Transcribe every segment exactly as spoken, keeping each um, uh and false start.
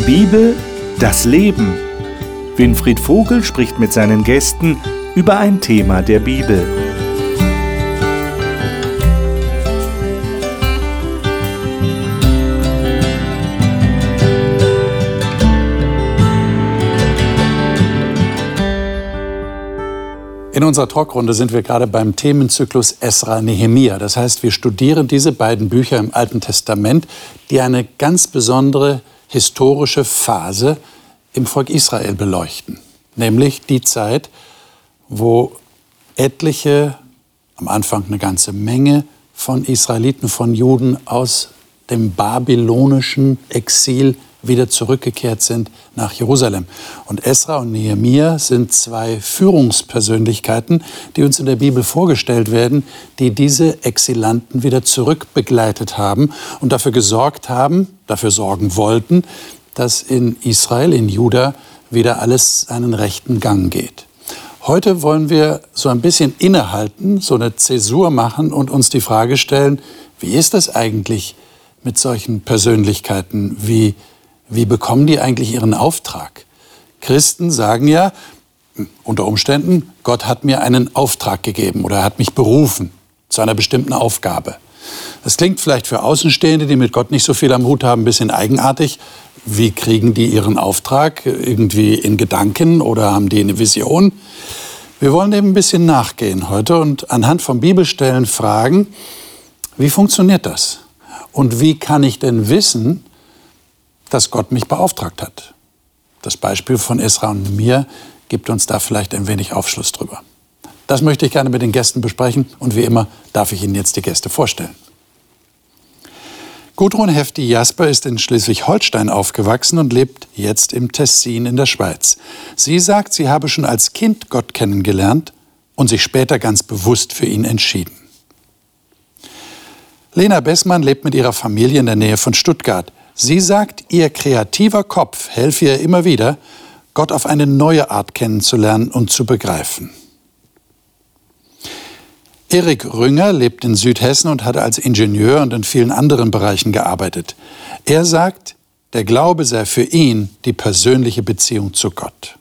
Bibel, das Leben. Winfried Vogel spricht mit seinen Gästen über ein Thema der Bibel. In unserer Talkrunde sind wir gerade beim Themenzyklus Esra Nehemia. Das heißt, wir studieren diese beiden Bücher im Alten Testament, die eine ganz besondere historische Phase im Volk Israel beleuchten. Nämlich die Zeit, wo etliche, am Anfang eine ganze Menge von Israeliten, von Juden aus dem babylonischen Exil wieder zurückgekehrt sind nach Jerusalem. Und Esra und Nehemia sind zwei Führungspersönlichkeiten, die uns in der Bibel vorgestellt werden, die diese Exilanten wieder zurückbegleitet haben und dafür gesorgt haben, dafür sorgen wollten, dass in Israel, in Juda, wieder alles seinen rechten Gang geht. Heute wollen wir so ein bisschen innehalten, so eine Zäsur machen und uns die Frage stellen, wie ist das eigentlich mit solchen Persönlichkeiten wie Wie bekommen die eigentlich ihren Auftrag? Christen sagen ja, unter Umständen, Gott hat mir einen Auftrag gegeben oder er hat mich berufen zu einer bestimmten Aufgabe. Das klingt vielleicht für Außenstehende, die mit Gott nicht so viel am Hut haben, ein bisschen eigenartig. Wie kriegen die ihren Auftrag? Irgendwie in Gedanken oder haben die eine Vision? Wir wollen dem ein bisschen nachgehen heute und anhand von Bibelstellen fragen, wie funktioniert das? Und wie kann ich denn wissen, dass Gott mich beauftragt hat? Das Beispiel von Esra und mir gibt uns da vielleicht ein wenig Aufschluss drüber. Das möchte ich gerne mit den Gästen besprechen und wie immer darf ich Ihnen jetzt die Gäste vorstellen. Gudrun Hefti-Jasper ist in Schleswig-Holstein aufgewachsen und lebt jetzt im Tessin in der Schweiz. Sie sagt, sie habe schon als Kind Gott kennengelernt und sich später ganz bewusst für ihn entschieden. Lena Bessmann lebt mit ihrer Familie in der Nähe von Stuttgart. Sie sagt, ihr kreativer Kopf helfe ihr immer wieder, Gott auf eine neue Art kennenzulernen und zu begreifen. Erik Rünger lebt in Südhessen und hat als Ingenieur und in vielen anderen Bereichen gearbeitet. Er sagt, der Glaube sei für ihn die persönliche Beziehung zu Gott.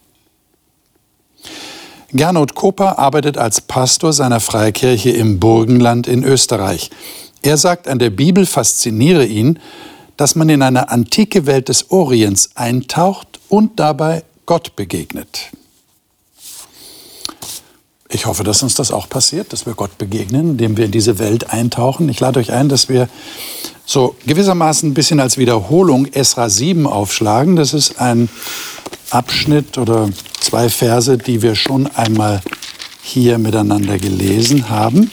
Gernot Koper arbeitet als Pastor seiner Freikirche im Burgenland in Österreich. Er sagt, an der Bibel fasziniere ihn, dass man in eine antike Welt des Orients eintaucht und dabei Gott begegnet. Ich hoffe, dass uns das auch passiert, dass wir Gott begegnen, indem wir in diese Welt eintauchen. Ich lade euch ein, dass wir so gewissermaßen ein bisschen als Wiederholung Esra sieben aufschlagen. Das ist ein Abschnitt oder zwei Verse, die wir schon einmal hier miteinander gelesen haben.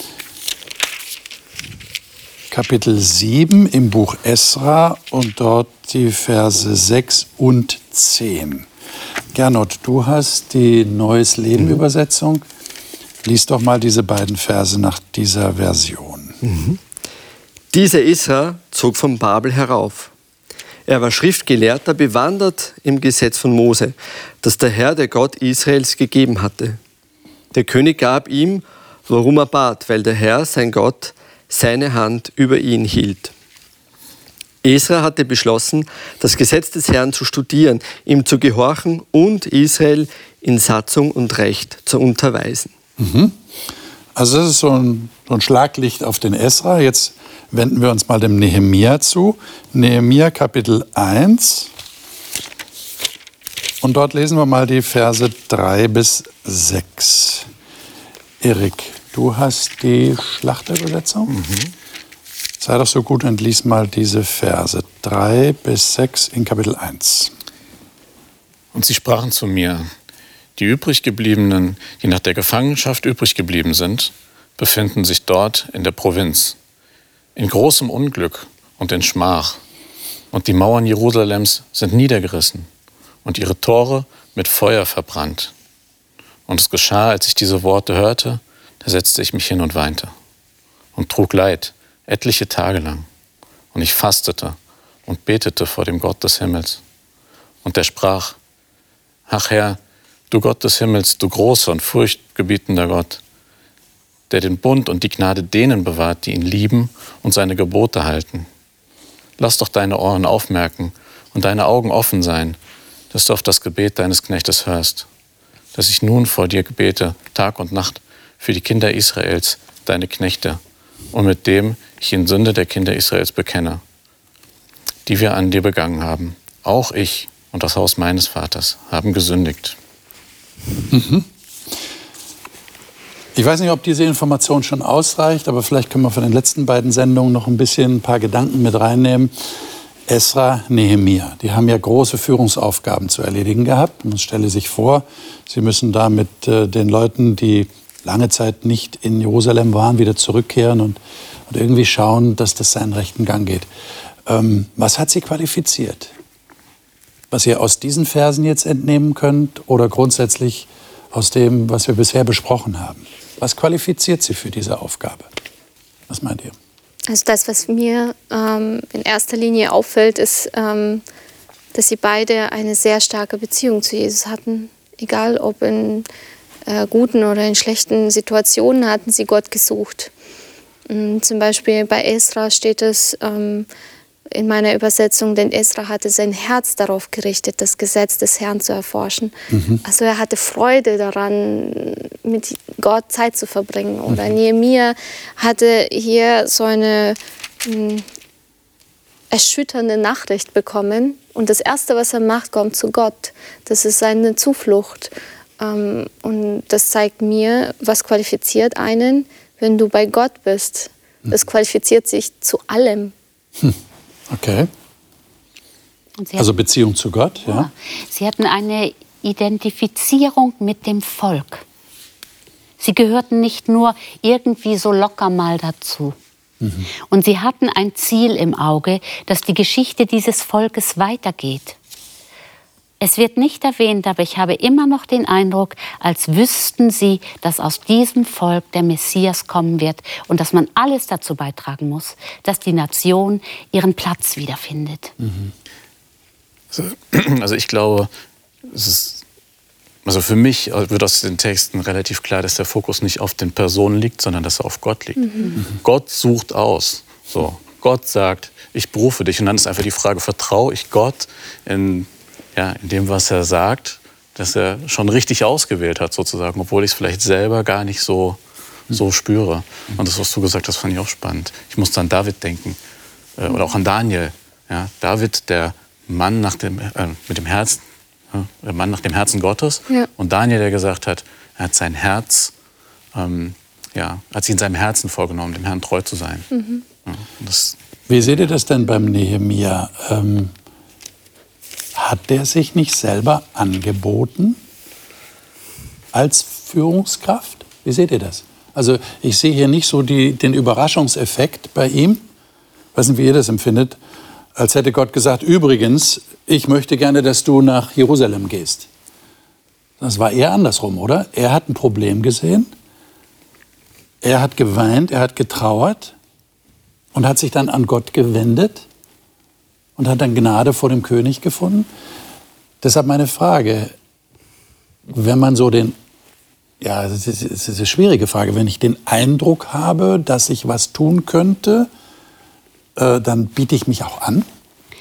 Kapitel sieben im Buch Esra und dort die Verse sechs und zehn. Gernot, du hast die Neues Leben-Übersetzung. Lies doch mal diese beiden Verse nach dieser Version. Mhm. Dieser Esra zog von Babel herauf. Er war Schriftgelehrter, bewandert im Gesetz von Mose, das der Herr, der Gott Israels, gegeben hatte. Der König gab ihm, worum er bat, weil der Herr, sein Gott, seine Hand über ihn hielt. Esra hatte beschlossen, das Gesetz des Herrn zu studieren, ihm zu gehorchen und Israel in Satzung und Recht zu unterweisen. Mhm. Also das ist so ein, so ein Schlaglicht auf den Esra. Jetzt wenden wir uns mal dem Nehemia zu. Nehemia Kapitel eins. Und dort lesen wir mal die Verse drei bis sechs. Erik, du hast die Schlachterübersetzung. Mhm. Sei doch so gut und lies mal diese Verse drei bis sechs in Kapitel eins. Und sie sprachen zu mir, die übriggebliebenen, die nach der Gefangenschaft übrig geblieben sind, befinden sich dort in der Provinz, in großem Unglück und in Schmach. Und die Mauern Jerusalems sind niedergerissen und ihre Tore mit Feuer verbrannt. Und es geschah, als ich diese Worte hörte, da setzte ich mich hin und weinte und trug Leid, etliche Tage lang. Und ich fastete und betete vor dem Gott des Himmels. Und er sprach, ach Herr, du Gott des Himmels, du großer und furchtgebietender Gott, der den Bund und die Gnade denen bewahrt, die ihn lieben und seine Gebote halten. Lass doch deine Ohren aufmerken und deine Augen offen sein, dass du auf das Gebet deines Knechtes hörst, dass ich nun vor dir gebete, Tag und Nacht, für die Kinder Israels, deine Knechte, und mit dem ich in Sünde der Kinder Israels bekenne, die wir an dir begangen haben. Auch ich und das Haus meines Vaters haben gesündigt. Mhm. Ich weiß nicht, ob diese Information schon ausreicht, aber vielleicht können wir von den letzten beiden Sendungen noch ein bisschen ein paar Gedanken mit reinnehmen. Esra, Nehemia, die haben ja große Führungsaufgaben zu erledigen gehabt. Man stelle sich vor, sie müssen da mit äh, den Leuten, die lange Zeit nicht in Jerusalem waren, wieder zurückkehren und, und irgendwie schauen, dass das seinen rechten Gang geht. Ähm, was hat sie qualifiziert? Was ihr aus diesen Versen jetzt entnehmen könnt oder grundsätzlich aus dem, was wir bisher besprochen haben? Was qualifiziert sie für diese Aufgabe? Was meint ihr? Also das, was mir ähm, in erster Linie auffällt, ist, ähm, dass sie beide eine sehr starke Beziehung zu Jesus hatten. Egal, ob in äh, guten oder in schlechten Situationen, hatten sie Gott gesucht. Ähm, zum Beispiel bei Esra steht es ähm, in meiner Übersetzung, denn Esra hatte sein Herz darauf gerichtet, das Gesetz des Herrn zu erforschen. Mhm. Also er hatte Freude daran, mit Gott Zeit zu verbringen. Oder mhm. Nehemia hatte hier so eine mh, erschütternde Nachricht bekommen. Und das Erste, was er macht, kommt zu Gott. Das ist seine Zuflucht. Ähm, und das zeigt mir, was qualifiziert einen, wenn du bei Gott bist. Das qualifiziert sich zu allem. Hm. Okay. Also Beziehung zu Gott, ja. ja. Sie hatten eine Identifizierung mit dem Volk. Sie gehörten nicht nur irgendwie so locker mal dazu. Mhm. Und sie hatten ein Ziel im Auge, dass die Geschichte dieses Volkes weitergeht. Es wird nicht erwähnt, aber ich habe immer noch den Eindruck, als wüssten sie, dass aus diesem Volk der Messias kommen wird und dass man alles dazu beitragen muss, dass die Nation ihren Platz wiederfindet. Mhm. Also, also ich glaube, es ist, also für mich wird aus den Texten relativ klar, dass der Fokus nicht auf den Personen liegt, sondern dass er auf Gott liegt. Mhm. Gott sucht aus. So, Gott sagt, ich berufe dich. Und dann ist einfach die Frage, vertraue ich Gott in Ja, in dem, was er sagt, dass er schon richtig ausgewählt hat, sozusagen, obwohl ich es vielleicht selber gar nicht so, so spüre. Und das, was du gesagt hast, fand ich auch spannend. Ich musste an David denken, äh, oder auch an Daniel. Ja, David, der Mann nach dem, äh, mit dem Herzen, ja, der Mann nach dem Herzen Gottes. Ja. Und Daniel, der gesagt hat, er hat sein Herz, ähm, ja, hat sich in seinem Herzen vorgenommen, dem Herrn treu zu sein. Mhm. Ja, das Wie seht ihr das denn beim Nehemia? Ähm Hat der sich nicht selber angeboten als Führungskraft? Wie seht ihr das? Also ich sehe hier nicht so die, den Überraschungseffekt bei ihm. Ich weiß nicht, wie ihr das empfindet. Als hätte Gott gesagt, übrigens, ich möchte gerne, dass du nach Jerusalem gehst. Das war eher andersrum, oder? Er hat ein Problem gesehen. Er hat geweint, er hat getrauert und hat sich dann an Gott gewendet. Und hat dann Gnade vor dem König gefunden. Deshalb meine Frage, wenn man so den, ja, es ist, es ist eine schwierige Frage, wenn ich den Eindruck habe, dass ich was tun könnte, äh, dann biete ich mich auch an?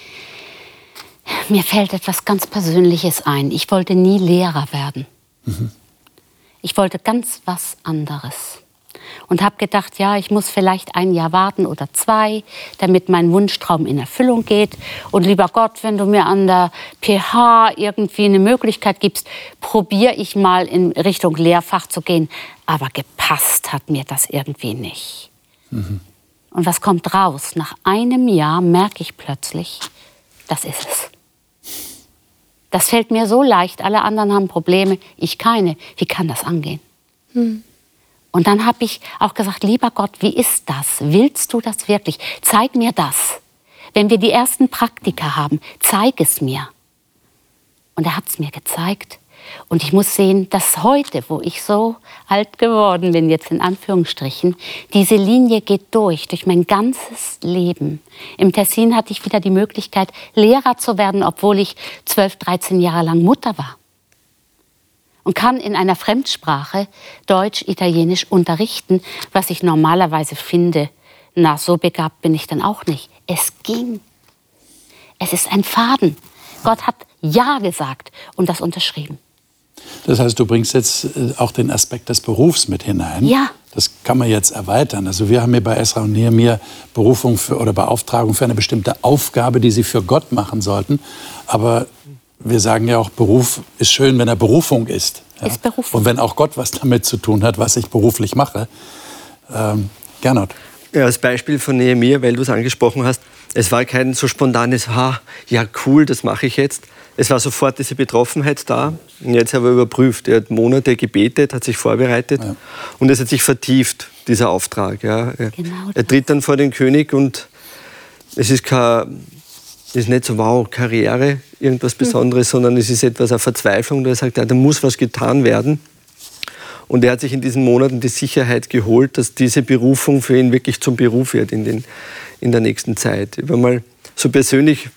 Mir fällt etwas ganz Persönliches ein. Ich wollte nie Lehrer werden. Mhm. Ich wollte ganz was anderes. Und habe gedacht, ja, ich muss vielleicht ein Jahr warten oder zwei, damit mein Wunschtraum in Erfüllung geht. Und lieber Gott, wenn du mir an der P H irgendwie eine Möglichkeit gibst, probiere ich mal in Richtung Lehrfach zu gehen. Aber gepasst hat mir das irgendwie nicht. Mhm. Und was kommt raus? Nach einem Jahr merke ich plötzlich, das ist es. Das fällt mir so leicht, alle anderen haben Probleme, ich keine. Wie kann das angehen? Mhm. Und dann habe ich auch gesagt, lieber Gott, wie ist das? Willst du das wirklich? Zeig mir das. Wenn wir die ersten Praktika haben, zeig es mir. Und er hat es mir gezeigt. Und ich muss sehen, dass heute, wo ich so alt geworden bin, jetzt in Anführungsstrichen, diese Linie geht durch, durch mein ganzes Leben. Im Tessin hatte ich wieder die Möglichkeit, Lehrer zu werden, obwohl ich zwölf, dreizehn Jahre lang Mutter war. Und kann in einer Fremdsprache, Deutsch, Italienisch, unterrichten, was ich normalerweise finde, na, so begabt bin ich dann auch nicht. Es ging. Es ist ein Faden. Gott hat Ja gesagt und das unterschrieben. Das heißt, du bringst jetzt auch den Aspekt des Berufs mit hinein. Ja. Das kann man jetzt erweitern. Also wir haben hier bei Esra und Nehemia Berufung für, oder Beauftragung für eine bestimmte Aufgabe, die sie für Gott machen sollten. Aber wir sagen ja auch, Beruf ist schön, wenn er Berufung ist. Ja? Ist Berufung. Und wenn auch Gott was damit zu tun hat, was ich beruflich mache. Ähm, Gernot. Ja, als Beispiel von Nehemia, weil du es angesprochen hast, es war kein so spontanes, ha, ja cool, das mache ich jetzt. Es war sofort diese Betroffenheit da. Und jetzt haben wir überprüft. Er hat Monate gebetet, hat sich vorbereitet ja. und es hat sich vertieft, dieser Auftrag. Ja. Er, genau er tritt dann vor den König und es ist, kein, es ist nicht so, wow, Karriere, irgendwas Besonderes, mhm. sondern es ist etwas, eine Verzweiflung. Da sagt er, da muss was getan werden. Und er hat sich in diesen Monaten die Sicherheit geholt, dass diese Berufung für ihn wirklich zum Beruf wird in, den, in der nächsten Zeit. Ich war mal so persönlich,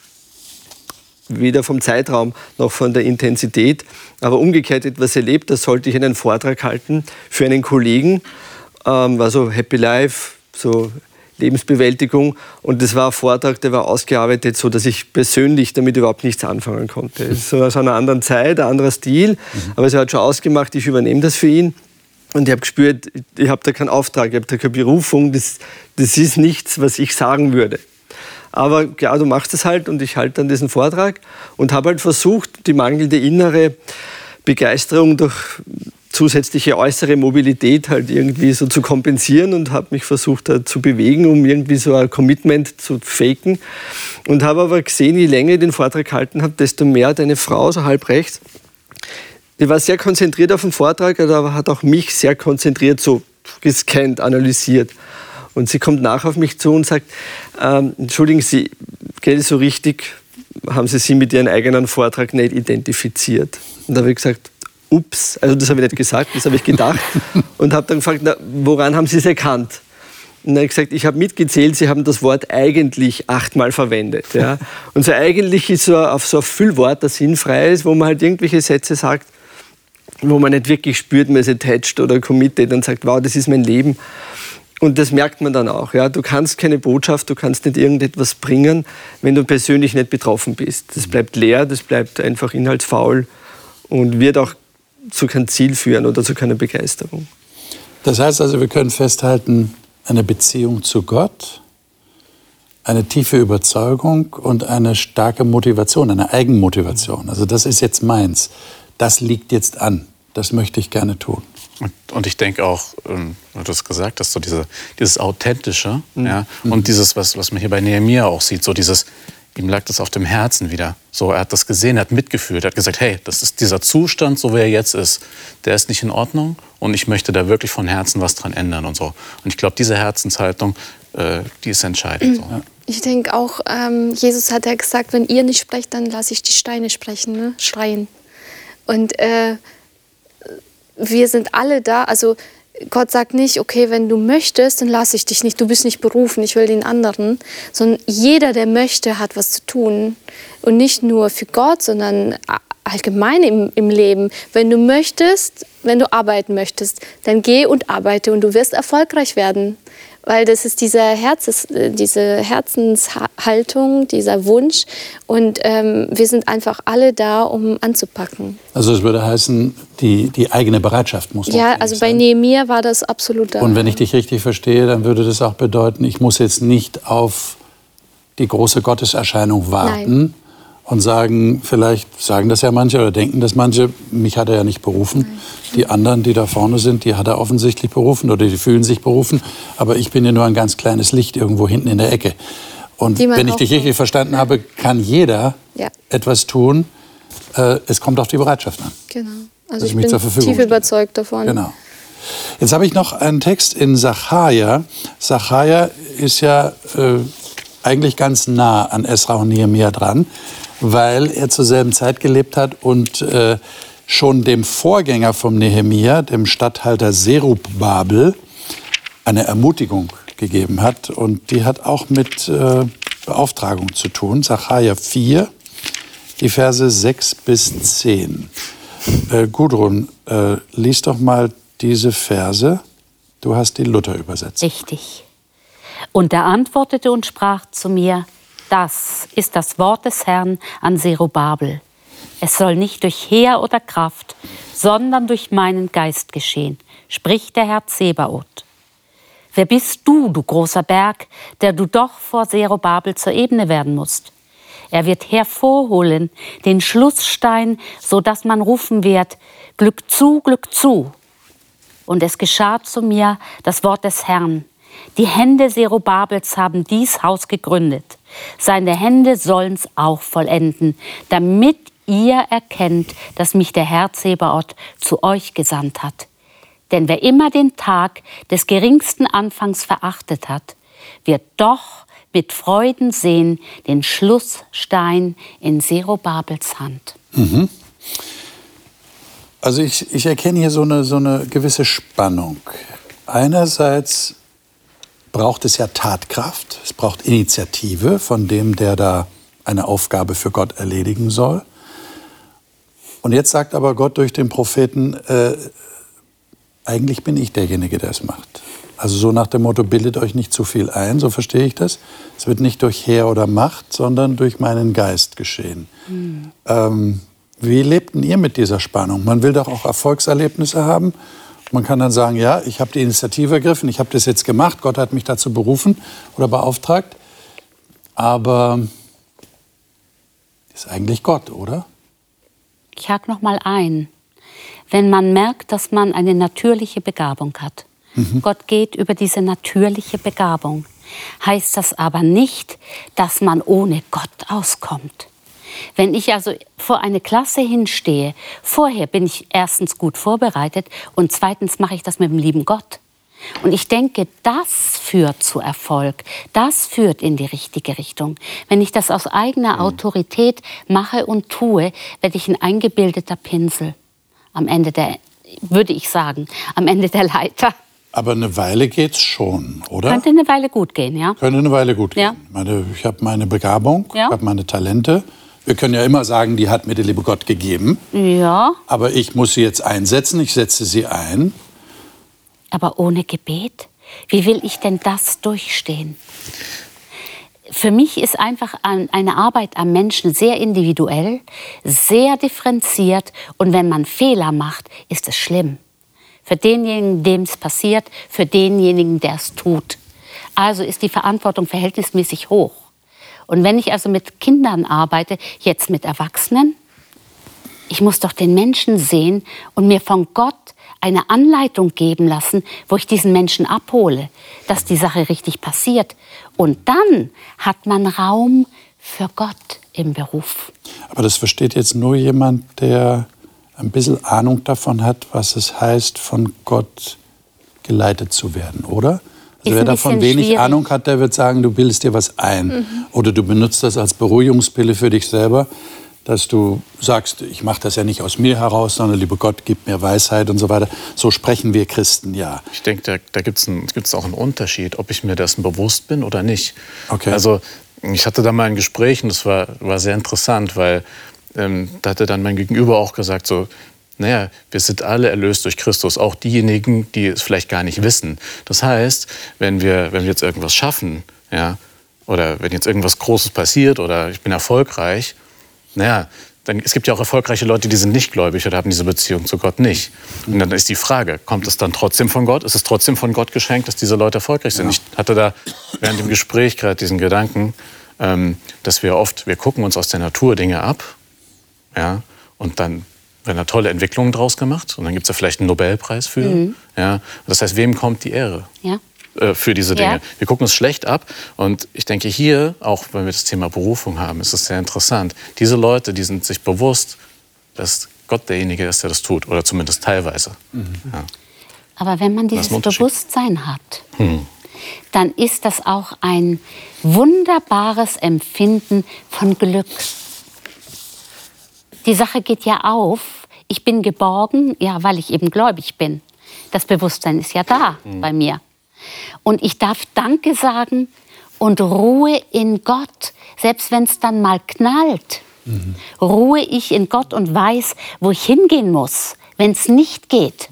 weder vom Zeitraum noch von der Intensität, aber umgekehrt etwas erlebt. Da sollte ich einen Vortrag halten für einen Kollegen, ähm, war so Happy Life, so Lebensbewältigung. Und das war ein Vortrag, der war ausgearbeitet, so dass ich persönlich damit überhaupt nichts anfangen konnte. Es ist so aus einer anderen Zeit, ein anderer Stil, mhm. aber es hat schon ausgemacht, ich übernehme das für ihn. Und ich habe gespürt, ich habe da keinen Auftrag, ich habe da keine Berufung, das, das ist nichts, was ich sagen würde. Aber klar, du machst es halt und ich halte dann diesen Vortrag und habe halt versucht, die mangelnde innere Begeisterung durch zusätzliche äußere Mobilität halt irgendwie so zu kompensieren und habe mich versucht da zu bewegen, um irgendwie so ein Commitment zu faken. Und habe aber gesehen, je länger ich den Vortrag gehalten habe, desto mehr hat eine Frau, so halb rechts, die war sehr konzentriert auf den Vortrag, aber hat auch mich sehr konzentriert so gescannt, analysiert. Und sie kommt nach auf mich zu und sagt, ähm, entschuldigen Sie, gell, so richtig haben Sie sich mit Ihrem eigenen Vortrag nicht identifiziert. Und da habe ich gesagt, ups, also das habe ich nicht gesagt, das habe ich gedacht. Und habe dann gefragt, na, woran haben Sie es erkannt? Und dann habe ich gesagt, ich habe mitgezählt, Sie haben das Wort eigentlich achtmal verwendet. Ja. Und so eigentlich ist so auf so ein Füllwort, das sinnfrei ist, wo man halt irgendwelche Sätze sagt, wo man nicht wirklich spürt, man ist attached oder committed und sagt, wow, das ist mein Leben. Und das merkt man dann auch. Ja. Du kannst keine Botschaft, du kannst nicht irgendetwas bringen, wenn du persönlich nicht betroffen bist. Das bleibt leer, das bleibt einfach inhaltsfaul und wird auch zu keinem Ziel führen oder zu keiner Begeisterung. Das heißt also, wir können festhalten, eine Beziehung zu Gott, eine tiefe Überzeugung und eine starke Motivation, eine Eigenmotivation. Also das ist jetzt meins. Das liegt jetzt an. Das möchte ich gerne tun. Und, und ich denke auch, ähm, du hast gesagt, dass so diese, dieses Authentische mhm. ja, und mhm. dieses, was, was man hier bei Nehemia auch sieht, so dieses, ihm lag das auf dem Herzen wieder. So, er hat das gesehen, er hat mitgefühlt, er hat gesagt, hey, das ist dieser Zustand, so wie er jetzt ist, der ist nicht in Ordnung und ich möchte da wirklich von Herzen was dran ändern und so. Und ich glaube, diese Herzenshaltung, äh, die ist entscheidend. So. Ja. Ich denke auch, ähm, Jesus hat ja gesagt, wenn ihr nicht sprecht, dann lasse ich die Steine sprechen, ne? Schreien. Und äh, wir sind alle da, also Gott sagt nicht, okay, wenn du möchtest, dann lasse ich dich nicht, du bist nicht berufen, ich will den anderen, sondern jeder, der möchte, hat was zu tun und nicht nur für Gott, sondern allgemein im, im Leben. Wenn du möchtest, wenn du arbeiten möchtest, dann geh und arbeite und du wirst erfolgreich werden. Weil das ist diese, Herzens, diese Herzenshaltung, dieser Wunsch. Und ähm, wir sind einfach alle da, um anzupacken. Also es würde heißen, die, die eigene Bereitschaft muss Ja, also bei Nehemia war das absolut da. Und wenn ich dich richtig verstehe, dann würde das auch bedeuten, ich muss jetzt nicht auf die große Gotteserscheinung warten. Nein. Und sagen, vielleicht sagen das ja manche oder denken das manche, mich hat er ja nicht berufen. Nein. Die anderen, die da vorne sind, die hat er offensichtlich berufen oder die fühlen sich berufen. Aber ich bin ja nur ein ganz kleines Licht irgendwo hinten in der Ecke. Und wenn ich dich richtig verstanden habe, kann jeder ja. etwas tun. Äh, es kommt auf die Bereitschaft an. Genau. Also ich, ich bin tief überzeugt davon. Genau. Jetzt habe ich noch einen Text in Sacharja. Sacharja ist ja äh, eigentlich ganz nah an Esra und Nehemia dran, weil er zur selben Zeit gelebt hat und äh, schon dem Vorgänger vom Nehemia, dem Statthalter Serubbabel, eine Ermutigung gegeben hat. Und die hat auch mit äh, Beauftragung zu tun. Sacharja vier, die Verse sechs bis zehn. Äh, Gudrun, äh, lies doch mal diese Verse. Du hast die Luther übersetzt. Richtig. Und er antwortete und sprach zu mir, Das ist das Wort des Herrn an Zerubabel. Es soll nicht durch Heer oder Kraft, sondern durch meinen Geist geschehen, spricht der Herr Zebaoth. Wer bist du, du großer Berg, der du doch vor Zerubabel zur Ebene werden musst? Er wird hervorholen den Schlussstein, so dass man rufen wird, Glück zu, Glück zu. Und es geschah zu mir das Wort des Herrn. Die Hände Zerubabels haben dies Haus gegründet. Seine Hände sollen's auch vollenden, damit ihr erkennt, dass mich der Herr Zebaoth zu euch gesandt hat. Denn wer immer den Tag des geringsten Anfangs verachtet hat, wird doch mit Freuden sehen den Schlussstein in Zerubabels Hand. Mhm. Also ich, ich erkenne hier so eine, so eine gewisse Spannung. Einerseits braucht es ja Tatkraft, es braucht Initiative von dem, der da eine Aufgabe für Gott erledigen soll. Und jetzt sagt aber Gott durch den Propheten, äh, eigentlich bin ich derjenige, der es macht. Also so nach dem Motto, bildet euch nicht zu viel ein, so verstehe ich das. Es wird nicht durch Heer oder Macht, sondern durch meinen Geist geschehen. Mhm. Ähm, wie lebten ihr mit dieser Spannung? Man will doch auch Erfolgserlebnisse haben. Man kann dann sagen, ja, ich habe die Initiative ergriffen, ich habe das jetzt gemacht, Gott hat mich dazu berufen oder beauftragt. Aber ist eigentlich Gott, oder? Ich hake noch mal ein. Wenn man merkt, dass man eine natürliche Begabung hat, mhm. Gott geht über diese natürliche Begabung, heißt das aber nicht, dass man ohne Gott auskommt. Wenn ich also vor eine Klasse hinstehe, vorher bin ich erstens gut vorbereitet und zweitens mache ich das mit dem lieben Gott. Und ich denke, das führt zu Erfolg, das führt in die richtige Richtung. Wenn ich das aus eigener mhm. Autorität mache und tue, werde ich ein eingebildeter Pinsel. Am Ende der, würde ich sagen, am Ende der Leiter. Aber eine Weile geht's schon, oder? Könnte eine Weile gut gehen, ja. Könnte eine Weile gut ja. gehen. Meine, ich habe meine Begabung, ja. ich habe meine Talente. Wir können ja immer sagen, die hat mir der liebe Gott gegeben. Ja. Aber ich muss sie jetzt einsetzen, ich setze sie ein. Aber ohne Gebet? Wie will ich denn das durchstehen? Für mich ist einfach eine Arbeit am Menschen sehr individuell, sehr differenziert. Und wenn man Fehler macht, ist es schlimm. Für denjenigen, dem es passiert, für denjenigen, der es tut. Also ist die Verantwortung verhältnismäßig hoch. Und wenn ich also mit Kindern arbeite, jetzt mit Erwachsenen, ich muss doch den Menschen sehen und mir von Gott eine Anleitung geben lassen, wo ich diesen Menschen abhole, dass die Sache richtig passiert. Und dann hat man Raum für Gott im Beruf. Aber das versteht jetzt nur jemand, der ein bisschen Ahnung davon hat, was es heißt, von Gott geleitet zu werden, oder? Also wer davon wenig schwierig. Ahnung hat, der wird sagen, du bildest dir was ein. Mhm. Oder du benutzt das als Beruhigungspille für dich selber, dass du sagst, ich mache das ja nicht aus mir heraus, sondern lieber Gott, gib mir Weisheit und so weiter. So sprechen wir Christen, ja. Ich denke, da, da gibt es auch einen Unterschied, ob ich mir dessen bewusst bin oder nicht. Okay. Also ich hatte da mal ein Gespräch und das war, war sehr interessant, weil ähm, da hatte dann mein Gegenüber auch gesagt, so, naja, wir sind alle erlöst durch Christus, auch diejenigen, die es vielleicht gar nicht wissen. Das heißt, wenn wir, wenn wir jetzt irgendwas schaffen, ja, oder wenn jetzt irgendwas Großes passiert oder ich bin erfolgreich, naja, dann, es gibt ja auch erfolgreiche Leute, die sind nicht gläubig oder haben diese Beziehung zu Gott nicht. Und dann ist die Frage, kommt es dann trotzdem von Gott? Ist es trotzdem von Gott geschenkt, dass diese Leute erfolgreich sind? Ja. Ich hatte da während dem Gespräch gerade diesen Gedanken, ähm, dass wir oft, wir gucken uns aus der Natur Dinge ab, ja, und dann werden da tolle Entwicklungen draus gemacht und dann gibt es da vielleicht einen Nobelpreis für. Mhm. Ja, das heißt, wem kommt die Ehre? Ja. Für diese Dinge. Ja. Wir gucken uns schlecht ab und ich denke hier, auch wenn wir das Thema Berufung haben, ist es sehr interessant. Diese Leute, die sind sich bewusst, dass Gott derjenige ist, der das tut oder zumindest teilweise. Mhm. Ja. Aber wenn man dieses Bewusstsein hat, hm. dann ist das auch ein wunderbares Empfinden von Glück. Die Sache geht ja auf, ich bin geborgen, ja, weil ich eben gläubig bin. Das Bewusstsein ist ja da mhm. bei mir. Und ich darf Danke sagen und ruhe in Gott, selbst wenn es dann mal knallt. Mhm. Ruhe ich in Gott und weiß, wo ich hingehen muss, wenn es nicht geht.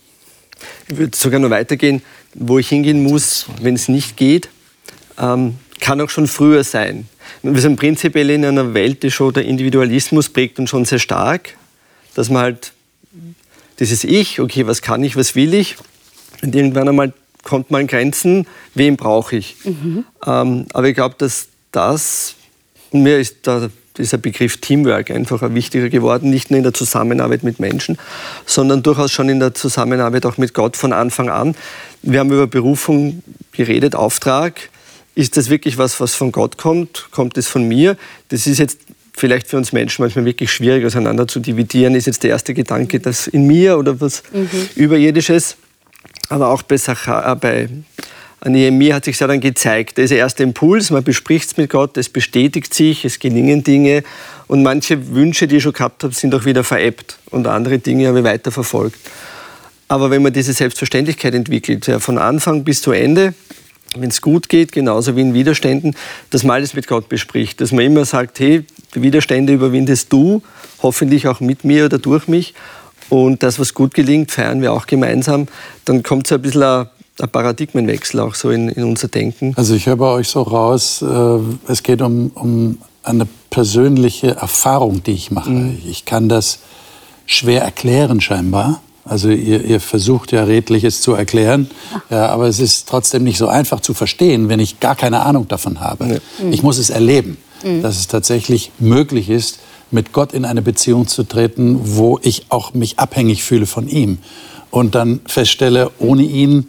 Ich würde sogar noch weitergehen, wo ich hingehen muss, wenn es nicht geht. Ähm, kann auch schon früher sein. Wir sind prinzipiell in einer Welt, die schon der Individualismus prägt und schon sehr stark, dass man halt dieses Ich, okay, was kann ich, was will ich, und irgendwann einmal kommt man an Grenzen, wen brauche ich. Mhm. Ähm, aber ich glaube, dass das, und mir ist da dieser Begriff Teamwork einfach ein wichtiger geworden, nicht nur in der Zusammenarbeit mit Menschen, sondern durchaus schon in der Zusammenarbeit auch mit Gott von Anfang an. Wir haben über Berufung geredet, Auftrag. Ist das wirklich was, was von Gott kommt? Kommt es von mir? Das ist jetzt vielleicht für uns Menschen manchmal wirklich schwierig auseinander zu dividieren. Ist jetzt der erste Gedanke das in mir oder was mhm. Überirdisches? Aber auch bei, Sacha, äh, bei Nehemia hat sich ja dann gezeigt, dieser erste Impuls, man bespricht es mit Gott, es bestätigt sich, es gelingen Dinge und manche Wünsche, die ich schon gehabt habe, sind auch wieder verebbt und andere Dinge habe ich weiter verfolgt. Aber wenn man diese Selbstverständlichkeit entwickelt, ja, von Anfang bis zu Ende, wenn es gut geht, genauso wie in Widerständen, dass man alles mit Gott bespricht. Dass man immer sagt, hey, die Widerstände überwindest du, hoffentlich auch mit mir oder durch mich. Und das, was gut gelingt, feiern wir auch gemeinsam. Dann kommt so ein bisschen ein, ein Paradigmenwechsel auch so in, in unser Denken. Also ich höre bei euch so raus, äh, es geht um, um eine persönliche Erfahrung, die ich mache. Mhm. Ich kann das schwer erklären scheinbar. Also ihr, ihr versucht ja Redliches zu erklären, ja, aber es ist trotzdem nicht so einfach zu verstehen, wenn ich gar keine Ahnung davon habe. Ja. Mhm. Ich muss es erleben, mhm. dass es tatsächlich möglich ist, mit Gott in eine Beziehung zu treten, wo ich auch mich abhängig fühle von ihm. Und dann feststelle, ohne ihn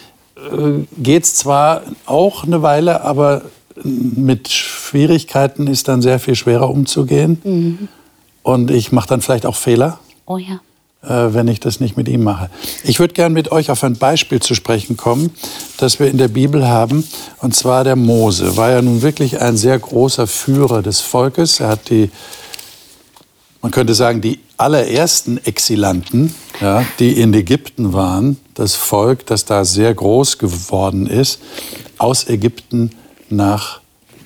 äh, geht es zwar auch eine Weile, aber mit Schwierigkeiten ist dann sehr viel schwerer umzugehen. Mhm. Und ich mache dann vielleicht auch Fehler. Oh ja. Wenn ich das nicht mit ihm mache. Ich würde gerne mit euch auf ein Beispiel zu sprechen kommen, das wir in der Bibel haben, und zwar der Mose. War ja nun wirklich ein sehr großer Führer des Volkes. Er hat die, man könnte sagen, die allerersten Exilanten, ja, die in Ägypten waren, das Volk, das da sehr groß geworden ist, aus Ägypten nach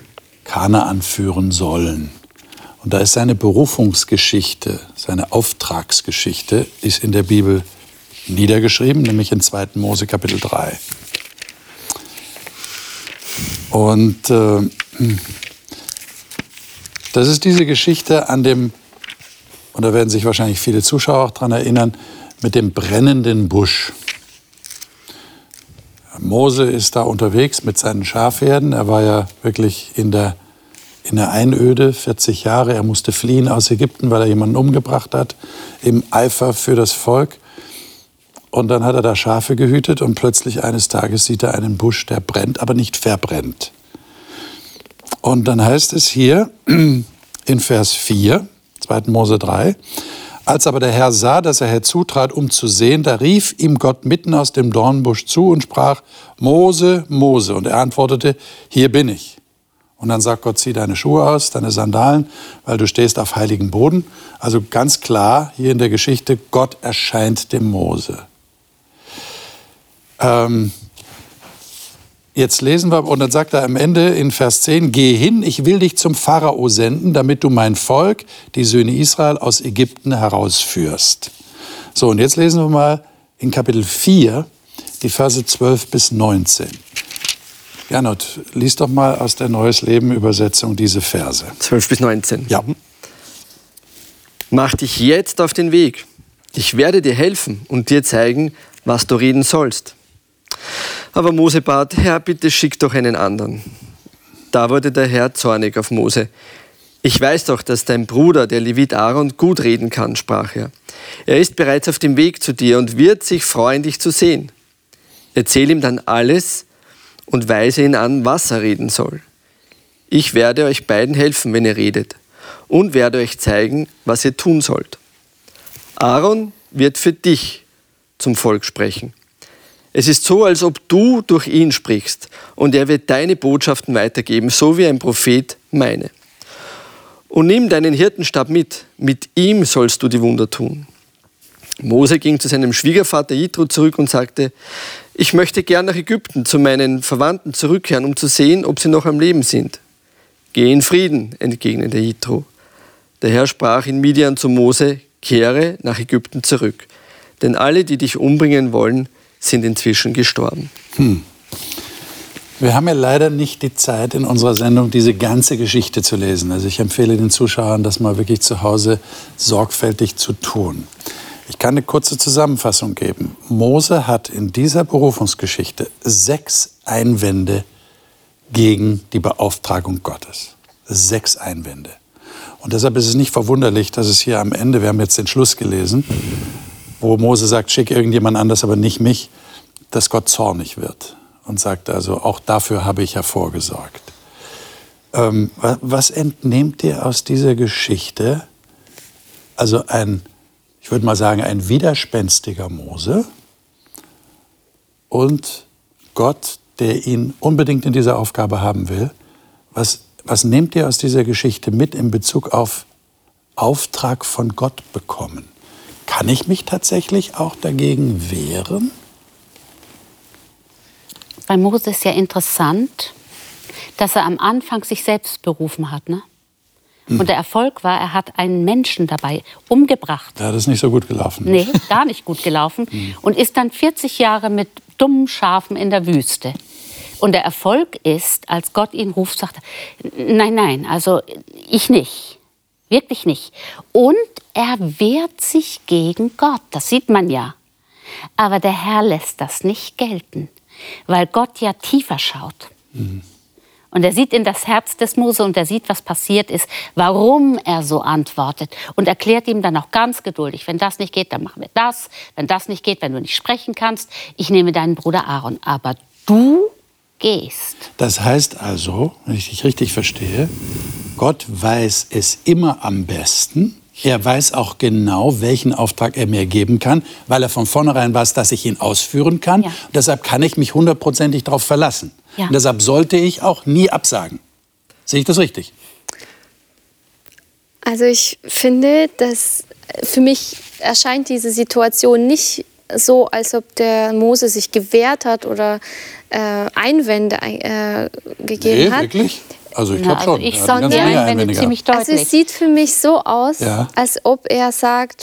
Kanaan führen sollen. Und da ist seine Berufungsgeschichte, seine Auftragsgeschichte, ist in der Bibel niedergeschrieben, nämlich in zweiten Mose Kapitel drei. Und äh, das ist diese Geschichte an dem, und da werden sich wahrscheinlich viele Zuschauer auch dran erinnern, mit dem brennenden Busch. Mose ist da unterwegs mit seinen Schafherden. Er war ja wirklich in der in der Einöde, vierzig Jahre. Er musste fliehen aus Ägypten, weil er jemanden umgebracht hat, im Eifer für das Volk. Und dann hat er da Schafe gehütet und plötzlich eines Tages sieht er einen Busch, der brennt, aber nicht verbrennt. Und dann heißt es hier in Vers vier, zweiten Mose drei, als aber der Herr sah, dass er herzutrat, um zu sehen, da rief ihm Gott mitten aus dem Dornbusch zu und sprach, Mose, Mose. Und er antwortete, hier bin ich. Und dann sagt Gott, zieh deine Schuhe aus, deine Sandalen, weil du stehst auf heiligem Boden. Also ganz klar hier in der Geschichte, Gott erscheint dem Mose. Ähm, jetzt lesen wir, und dann sagt er am Ende in Vers zehn, geh hin, ich will dich zum Pharao senden, damit du mein Volk, die Söhne Israel, aus Ägypten herausführst. So, und jetzt lesen wir mal in Kapitel vier die Verse zwölf bis neunzehn. Gernot, lies doch mal aus der Neues Leben Übersetzung diese Verse. zwölf bis neunzehn. Ja. Mach dich jetzt auf den Weg. Ich werde dir helfen und dir zeigen, was du reden sollst. Aber Mose bat, Herr, bitte schick doch einen anderen. Da wurde der Herr zornig auf Mose. Ich weiß doch, dass dein Bruder, der Levit Aaron, gut reden kann, sprach er. Er ist bereits auf dem Weg zu dir und wird sich freuen, dich zu sehen. Erzähl ihm dann alles und weise ihn an, was er reden soll. Ich werde euch beiden helfen, wenn ihr redet, und werde euch zeigen, was ihr tun sollt. Aaron wird für dich zum Volk sprechen. Es ist so, als ob du durch ihn sprichst, und er wird deine Botschaften weitergeben, so wie ein Prophet meine. Und nimm deinen Hirtenstab mit, mit ihm sollst du die Wunder tun. Mose ging zu seinem Schwiegervater Jitro zurück und sagte, ich möchte gern nach Ägypten zu meinen Verwandten zurückkehren, um zu sehen, ob sie noch am Leben sind. Geh in Frieden, entgegnete Jitro. Der Herr sprach in Midian zu Mose, kehre nach Ägypten zurück, denn alle, die dich umbringen wollen, sind inzwischen gestorben. Hm. Wir haben ja leider nicht die Zeit in unserer Sendung, diese ganze Geschichte zu lesen. Also ich empfehle den Zuschauern, das mal wirklich zu Hause sorgfältig zu tun. Ich kann eine kurze Zusammenfassung geben. Mose hat in dieser Berufungsgeschichte sechs Einwände gegen die Beauftragung Gottes. Sechs Einwände. Und deshalb ist es nicht verwunderlich, dass es hier am Ende, wir haben jetzt den Schluss gelesen, wo Mose sagt, schick irgendjemand anders, aber nicht mich, dass Gott zornig wird und sagt also, auch dafür habe ich ja vorgesorgt. Ähm, was entnehmt ihr aus dieser Geschichte? Also ein, ich würde mal sagen, ein widerspenstiger Mose und Gott, der ihn unbedingt in dieser Aufgabe haben will. Was, was nehmt ihr aus dieser Geschichte mit in Bezug auf Auftrag von Gott bekommen? Kann ich mich tatsächlich auch dagegen wehren? Bei Mose ist ja interessant, dass er am Anfang sich selbst berufen hat. Ne? Hm. Und der Erfolg war, er hat einen Menschen dabei umgebracht. Ja, das ist nicht so gut gelaufen. Nee, gar nicht gut gelaufen. Hm. Und ist dann vierzig Jahre mit dummen Schafen in der Wüste. Und der Erfolg ist, als Gott ihn ruft, sagt er, nein, nein, also ich nicht. Wirklich nicht. Und er wehrt sich gegen Gott. Das sieht man ja. Aber der Herr lässt das nicht gelten, weil Gott ja tiefer schaut. Mhm. Und er sieht in das Herz des Mose und er sieht, was passiert ist, warum er so antwortet. Und erklärt ihm dann auch ganz geduldig, wenn das nicht geht, dann machen wir das. Wenn das nicht geht, wenn du nicht sprechen kannst, ich nehme deinen Bruder Aaron. Aber du gehst. Das heißt also, wenn ich dich richtig verstehe, Gott weiß es immer am besten. Er weiß auch genau, welchen Auftrag er mir geben kann, weil er von vornherein weiß, dass ich ihn ausführen kann. Ja. Deshalb kann ich mich hundertprozentig darauf verlassen. Ja. Und deshalb sollte ich auch nie absagen. Sehe ich das richtig? Also ich finde, dass für mich erscheint diese Situation nicht so, als ob der Mose sich gewehrt hat oder äh, Einwände äh, gegeben nee, hat. Wirklich? Also ich glaube also schon. Ich sage die Einwände ziemlich deutlich. Also es sieht für mich so aus, ja. als ob er sagt,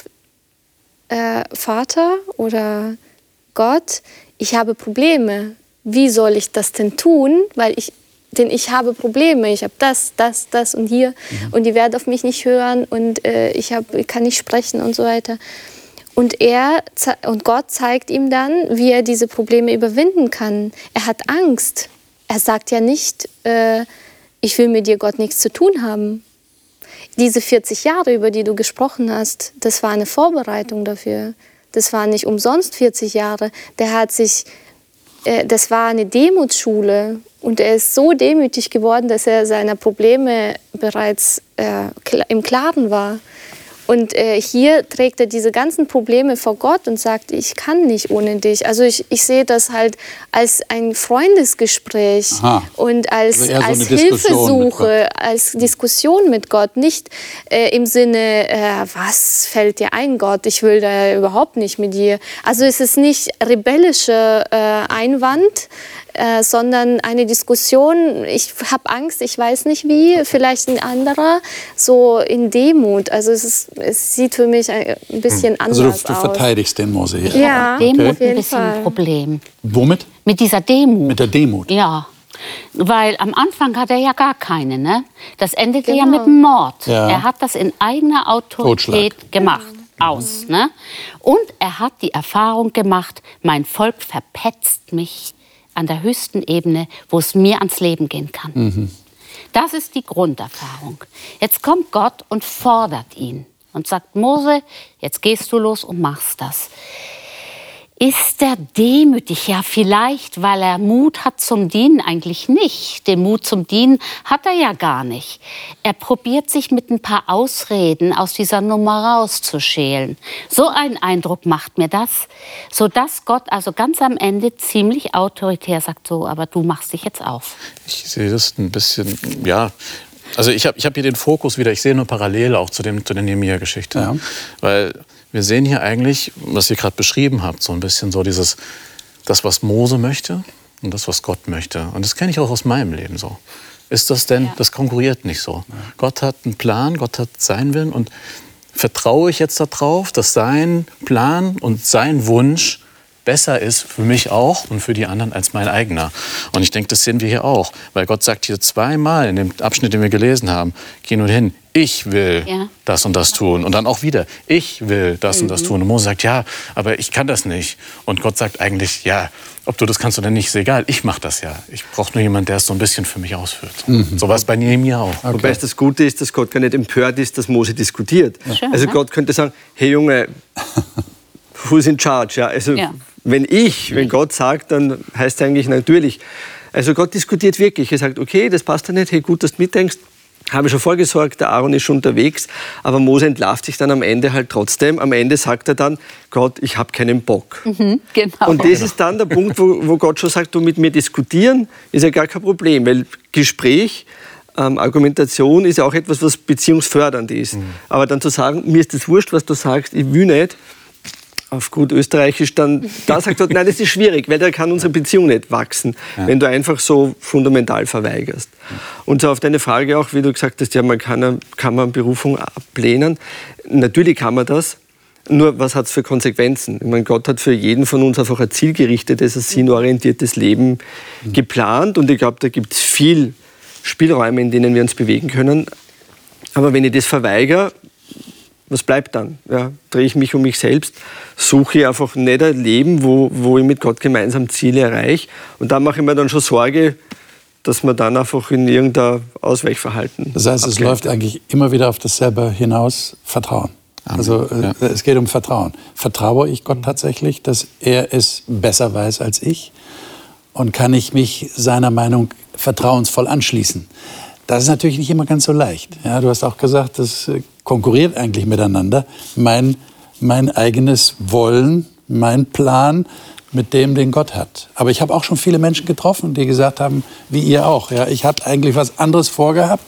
äh, Vater oder Gott, ich habe Probleme. Wie soll ich das denn tun? Weil ich, denn ich habe Probleme. Ich habe das, das, das und hier. Mhm. Und die werden auf mich nicht hören und äh, ich, hab, ich kann nicht sprechen und so weiter. Und, er, und Gott zeigt ihm dann, wie er diese Probleme überwinden kann. Er hat Angst. Er sagt ja nicht, äh, ich will mit dir, Gott, nichts zu tun haben. Diese vierzig Jahre, über die du gesprochen hast, das war eine Vorbereitung dafür. Das waren nicht umsonst vierzig Jahre. Der hat sich, äh, das war eine Demutsschule. Und er ist so demütig geworden, dass er seiner Probleme bereits äh, im Klaren war. Und äh, hier trägt er diese ganzen Probleme vor Gott und sagt, ich kann nicht ohne dich. Also ich, ich sehe das halt als ein Freundesgespräch. Aha. Und als, also als so Hilfesuche, als Diskussion mit Gott. Nicht äh, im Sinne, äh, was fällt dir ein, Gott, ich will da überhaupt nicht mit dir. Also es ist nicht rebellischer äh, Einwand, Äh, sondern eine Diskussion, ich habe Angst, ich weiß nicht wie, vielleicht ein anderer, so in Demut. Also es, ist, es sieht für mich ein bisschen anders aus. Also du, du verteidigst den Mose hier. Ja, Demut okay. ein bisschen ein Problem. Womit? Mit dieser Demut. Mit der Demut? Ja. Weil am Anfang hat er ja gar keine, ne? Das endete genau. ja mit dem Mord. Ja. Er hat das in eigener Autorität Totschlag. gemacht. Aus, ne? Und er hat die Erfahrung gemacht, mein Volk verpetzt mich an der höchsten Ebene, wo es mir ans Leben gehen kann. Mhm. Das ist die Grunderfahrung. Jetzt kommt Gott und fordert ihn und sagt, Mose, jetzt gehst du los und machst das. Ist er demütig? Ja, vielleicht, weil er Mut hat zum Dienen, eigentlich nicht. Den Mut zum Dienen hat er ja gar nicht. Er probiert sich mit ein paar Ausreden aus dieser Nummer rauszuschälen. So einen Eindruck macht mir das, sodass Gott also ganz am Ende ziemlich autoritär sagt, so, aber du machst dich jetzt auf. Ich sehe das ein bisschen, ja, also ich habe ich hab hier den Fokus wieder, ich sehe nur parallel auch zu, dem, zu der Nehemia-Geschichte. Ja. Weil wir sehen hier eigentlich, was ihr gerade beschrieben habt, so ein bisschen so dieses, das, was Mose möchte und das, was Gott möchte. Und das kenne ich auch aus meinem Leben so. Ist das denn, ja. das konkurriert nicht so. Ja. Gott hat einen Plan, Gott hat seinen Willen und vertraue ich jetzt darauf, dass sein Plan und sein Wunsch besser ist für mich auch und für die anderen als mein eigener. Und ich denke, das sehen wir hier auch, weil Gott sagt hier zweimal in dem Abschnitt, den wir gelesen haben, geh nur hin, ich will ja. das und das tun. Und dann auch wieder, ich will das mhm. und das tun. Und Mose sagt, ja, aber ich kann das nicht. Und Gott sagt eigentlich, ja, ob du das kannst oder nicht, ist egal, ich mache das ja. Ich brauche nur jemanden, der es so ein bisschen für mich ausführt. Mhm. So war es bei Nehemia auch. Okay. Wobei es das Gute ist, dass Gott gar nicht empört ist, dass Mose diskutiert. Ja. Schön, also Gott könnte sagen, hey Junge, who's in charge? Ja, also ja. wenn ich, wenn Gott sagt, dann heißt es eigentlich natürlich. Also Gott diskutiert wirklich. Er sagt, okay, das passt ja nicht, hey, gut, dass du mitdenkst. Habe ich schon vorgesorgt, der Aaron ist schon unterwegs, aber Mose entlarvt sich dann am Ende halt trotzdem. Am Ende sagt er dann, Gott, ich habe keinen Bock. Mhm, genau. Und das genau. ist dann der Punkt, wo, wo Gott schon sagt, du mit mir diskutieren, ist ja gar kein Problem, weil Gespräch, ähm, Argumentation ist ja auch etwas, was beziehungsfördernd ist. Mhm. Aber dann zu sagen, mir ist das wurscht, was du sagst, ich will nicht, auf gut österreichisch, dann da sagt Gott, nein, das ist schwierig, weil da kann unsere Beziehung nicht wachsen, ja. wenn du einfach so fundamental verweigerst. Und so auf deine Frage auch, wie du gesagt hast, ja, man kann, kann man Berufung ablehnen. Natürlich kann man das, nur was hat es für Konsequenzen? Ich meine, Gott hat für jeden von uns einfach ein zielgerichtetes, ein sinnorientiertes Leben mhm. geplant und ich glaube, da gibt es viel Spielräume, in denen wir uns bewegen können. Aber wenn ich das verweigere, was bleibt dann? Ja, drehe ich mich um mich selbst, suche ich einfach nicht ein Leben, wo, wo ich mit Gott gemeinsam Ziele erreiche. Und da mache ich mir dann schon Sorge, dass man dann einfach in irgendein Ausweichverhalten Das heißt, abgeht. Es läuft eigentlich immer wieder auf dasselbe hinaus, Vertrauen. Amen. Also ja. es geht um Vertrauen. Vertraue ich Gott tatsächlich, dass er es besser weiß als ich? Und kann ich mich seiner Meinung vertrauensvoll anschließen? Das ist natürlich nicht immer ganz so leicht. Ja, du hast auch gesagt, das konkurriert eigentlich miteinander. Mein, mein eigenes Wollen, mein Plan mit dem, den Gott hat. Aber ich habe auch schon viele Menschen getroffen, die gesagt haben, wie ihr auch, ja, ich hatte eigentlich was anderes vorgehabt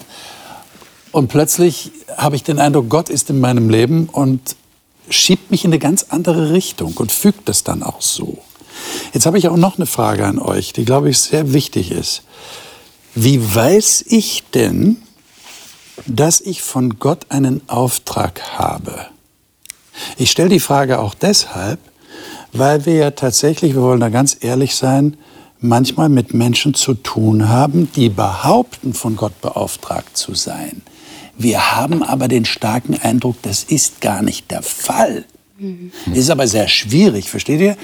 und plötzlich habe ich den Eindruck, Gott ist in meinem Leben und schiebt mich in eine ganz andere Richtung und fügt das dann auch so. Jetzt habe ich auch noch eine Frage an euch, die, glaube ich, sehr wichtig ist. Wie weiß ich denn, dass ich von Gott einen Auftrag habe? Ich stelle die Frage auch deshalb, weil wir ja tatsächlich, wir wollen da ganz ehrlich sein, manchmal mit Menschen zu tun haben, die behaupten, von Gott beauftragt zu sein. Wir haben aber den starken Eindruck, das ist gar nicht der Fall. Mhm. Ist aber sehr schwierig, versteht ihr?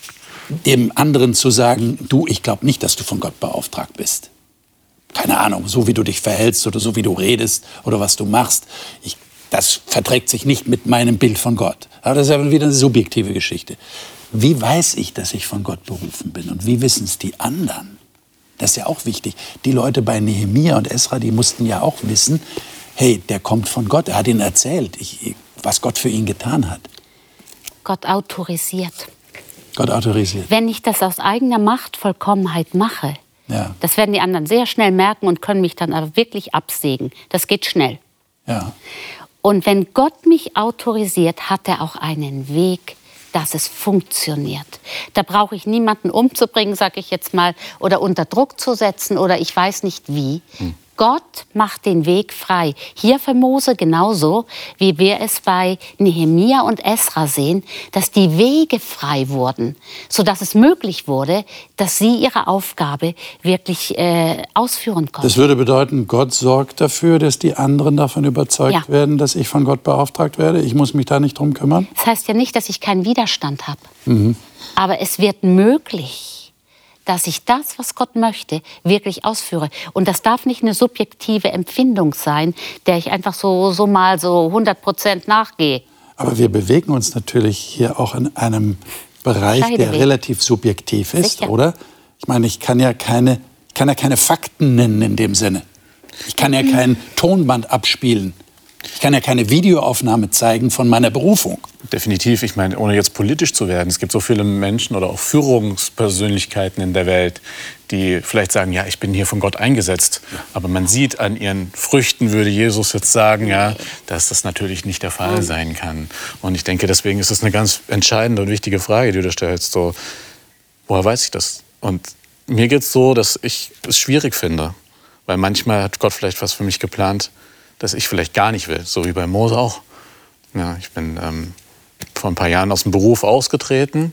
Dem anderen zu sagen, du, ich glaube nicht, dass du von Gott beauftragt bist. Keine Ahnung, so wie du dich verhältst oder so wie du redest oder was du machst. Ich, das verträgt sich nicht mit meinem Bild von Gott. Aber das ist ja wieder eine subjektive Geschichte. Wie weiß ich, dass ich von Gott berufen bin? Und wie wissen es die anderen? Das ist ja auch wichtig. Die Leute bei Nehemia und Esra, die mussten ja auch wissen, hey, der kommt von Gott. Er hat ihnen erzählt, ich, was Gott für ihn getan hat. Gott autorisiert. Gott autorisiert. Wenn ich das aus eigener Macht, Vollkommenheit mache, ja. das werden die anderen sehr schnell merken und können mich dann aber wirklich absägen. Das geht schnell. Ja. Und wenn Gott mich autorisiert, hat er auch einen Weg, dass es funktioniert. Da brauche ich niemanden umzubringen, sage ich jetzt mal, oder unter Druck zu setzen oder ich weiß nicht wie. Hm. Gott macht den Weg frei. Hier für Mose genauso, wie wir es bei Nehemia und Esra sehen, dass die Wege frei wurden, sodass es möglich wurde, dass sie ihre Aufgabe wirklich äh, ausführen konnten. Das würde bedeuten, Gott sorgt dafür, dass die anderen davon überzeugt ja. werden, dass ich von Gott beauftragt werde. Ich muss mich da nicht drum kümmern. Das heißt ja nicht, dass ich keinen Widerstand habe. Mhm. Aber es wird möglich, dass ich das, was Gott möchte, wirklich ausführe. Und das darf nicht eine subjektive Empfindung sein, der ich einfach so, so mal so hundert Prozent nachgehe. Aber wir bewegen uns natürlich hier auch in einem Bereich, der relativ subjektiv ist, Sicher. oder? Ich meine, ich kann ja keine, ich kann ja keine Fakten nennen in dem Sinne. Ich kann ja kein Tonband abspielen. Ich kann ja keine Videoaufnahme zeigen von meiner Berufung. Definitiv. Ich meine, ohne jetzt politisch zu werden, es gibt so viele Menschen oder auch Führungspersönlichkeiten in der Welt, die vielleicht sagen, ja, ich bin hier von Gott eingesetzt. Aber man sieht an ihren Früchten, würde Jesus jetzt sagen, ja, dass das natürlich nicht der Fall sein kann. Und ich denke, deswegen ist es eine ganz entscheidende und wichtige Frage, die du stellst. So, woher weiß ich das? Und mir geht es so, dass ich es schwierig finde. Weil manchmal hat Gott vielleicht was für mich geplant, das ich vielleicht gar nicht will, so wie bei Mose auch. Ja, ich bin ähm, vor ein paar Jahren aus dem Beruf ausgetreten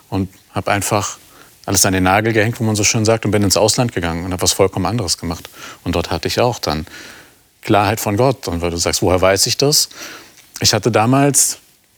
und habe einfach alles an den Nagel gehängt, wo man so schön sagt, und bin ins Ausland gegangen und habe was vollkommen anderes gemacht. Und dort hatte ich auch dann Klarheit von Gott. Und weil du sagst, woher weiß ich das? Ich hatte damals,